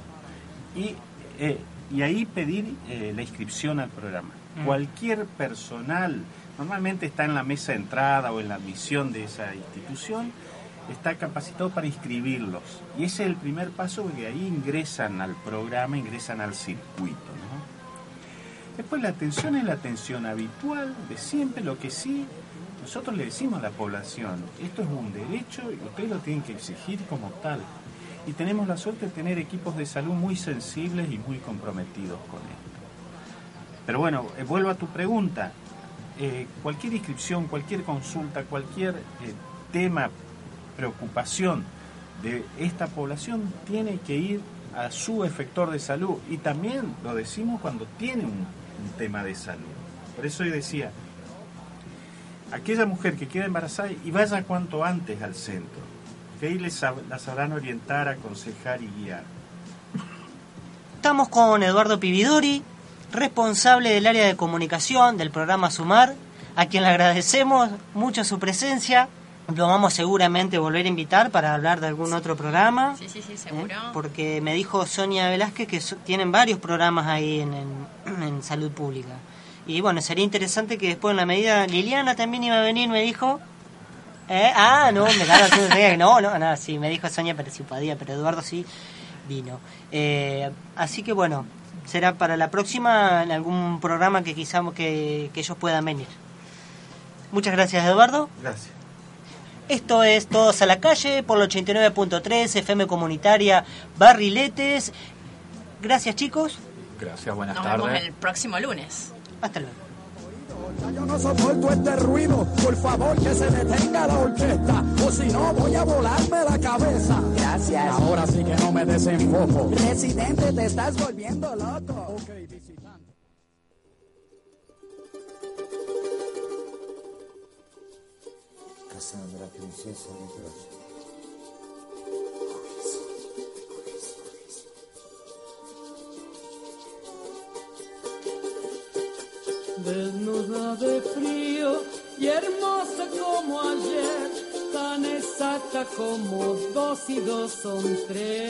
y ahí pedir la inscripción al programa. Cualquier personal, normalmente está en la mesa de entrada o en la admisión de esa institución, está capacitado para inscribirlos. Y ese es el primer paso, porque ahí ingresan al programa, ingresan al circuito, ¿no? Después la atención es la atención habitual de siempre, lo que sí nosotros le decimos a la población, esto es un derecho y ustedes lo tienen que exigir como tal. Y tenemos la suerte de tener equipos de salud muy sensibles y muy comprometidos con esto. Pero bueno, vuelvo a tu pregunta. Cualquier inscripción, cualquier consulta, cualquier tema, preocupación de esta población tiene que ir a su efector de salud, y también lo decimos cuando tiene un tema de salud. Por eso yo decía, aquella mujer que queda embarazada y vaya cuanto antes al centro, que ahí la sabrán orientar, aconsejar y guiar. Estamos con Eduardo Pividori, responsable del área de comunicación del programa Sumar, a quien le agradecemos mucho su presencia. Lo vamos seguramente a volver a invitar para hablar de algún otro programa. Sí, seguro. Porque me dijo Sonia Velázquez que tienen varios programas ahí en salud pública. Y bueno, sería interesante que después en la medida... Liliana también iba a venir, me dijo. Sí, me dijo Sonia, pero sí podía, pero Eduardo sí vino. Así que bueno, será para la próxima en algún programa que quizás que ellos puedan venir. Muchas gracias, Eduardo. Gracias. Esto es Todos a la Calle por el 89.3 FM Comunitaria Barriletes. Gracias, chicos. Gracias, buenas tardes. Nos vemos el próximo lunes. Hasta luego. Ya yo no soporto este ruido, por favor que se detenga la orquesta, o si no voy a volarme la cabeza. Gracias. Ahora sí que no me desenfoco. Residente, te estás volviendo loco. Okay, visitante. Cassandra, princesa de Troya. Desnuda de frío y hermosa como ayer, tan exacta como 2 y 2 son 3.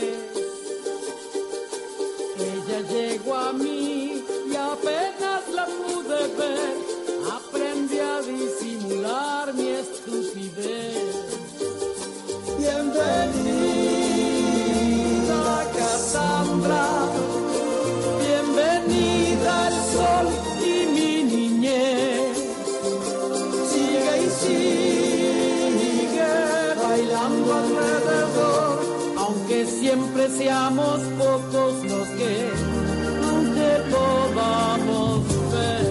Ella llegó a mí y apenas la pude ver, aprendí a disimular mi estupidez. Bienvenida, Cassandra. siempre seamos pocos los que aunque podamos ver.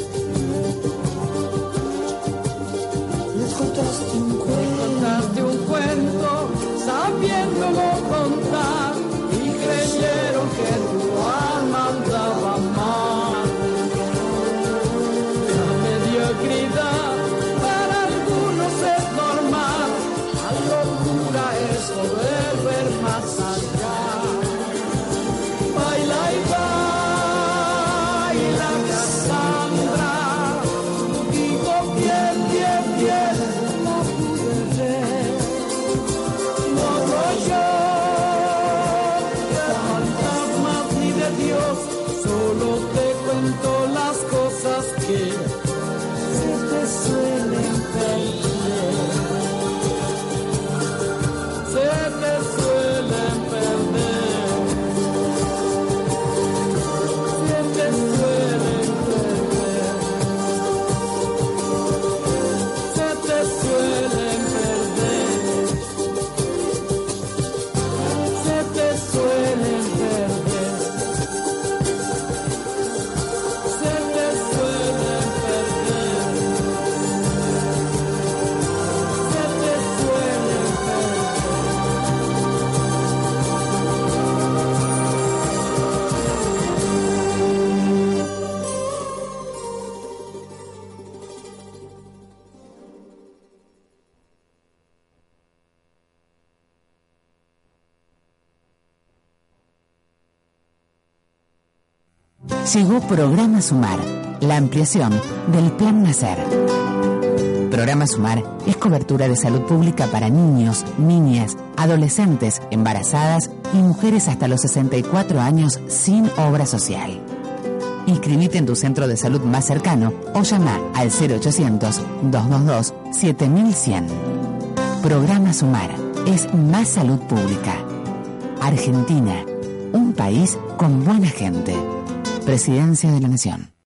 Les contaste un cuento sabiéndolo contar y creyeron que tu alma andaba mal. La mediocridad para algunos es normal, la locura es poder ver más allá. Baila y baila Cassandra, digo bien, bien, bien, la pude ver. No soy yo de fantasmas ni de Dios, solo te cuento las cosas que se te suelen perder. Se te suelen perder. Se te suelen perder. Se te suelen perder. Se te suelen perder. Se te suelen perder. Se te suelen Llegó Programa Sumar, la ampliación del Plan Nacer. Programa Sumar es cobertura de salud pública para niños, niñas, adolescentes, embarazadas y mujeres hasta los 64 años sin obra social. Inscribite en tu centro de salud más cercano o llama al 0800-222-7100. Programa Sumar es más salud pública. Argentina, un país con buena gente. Presidencia de la Nación.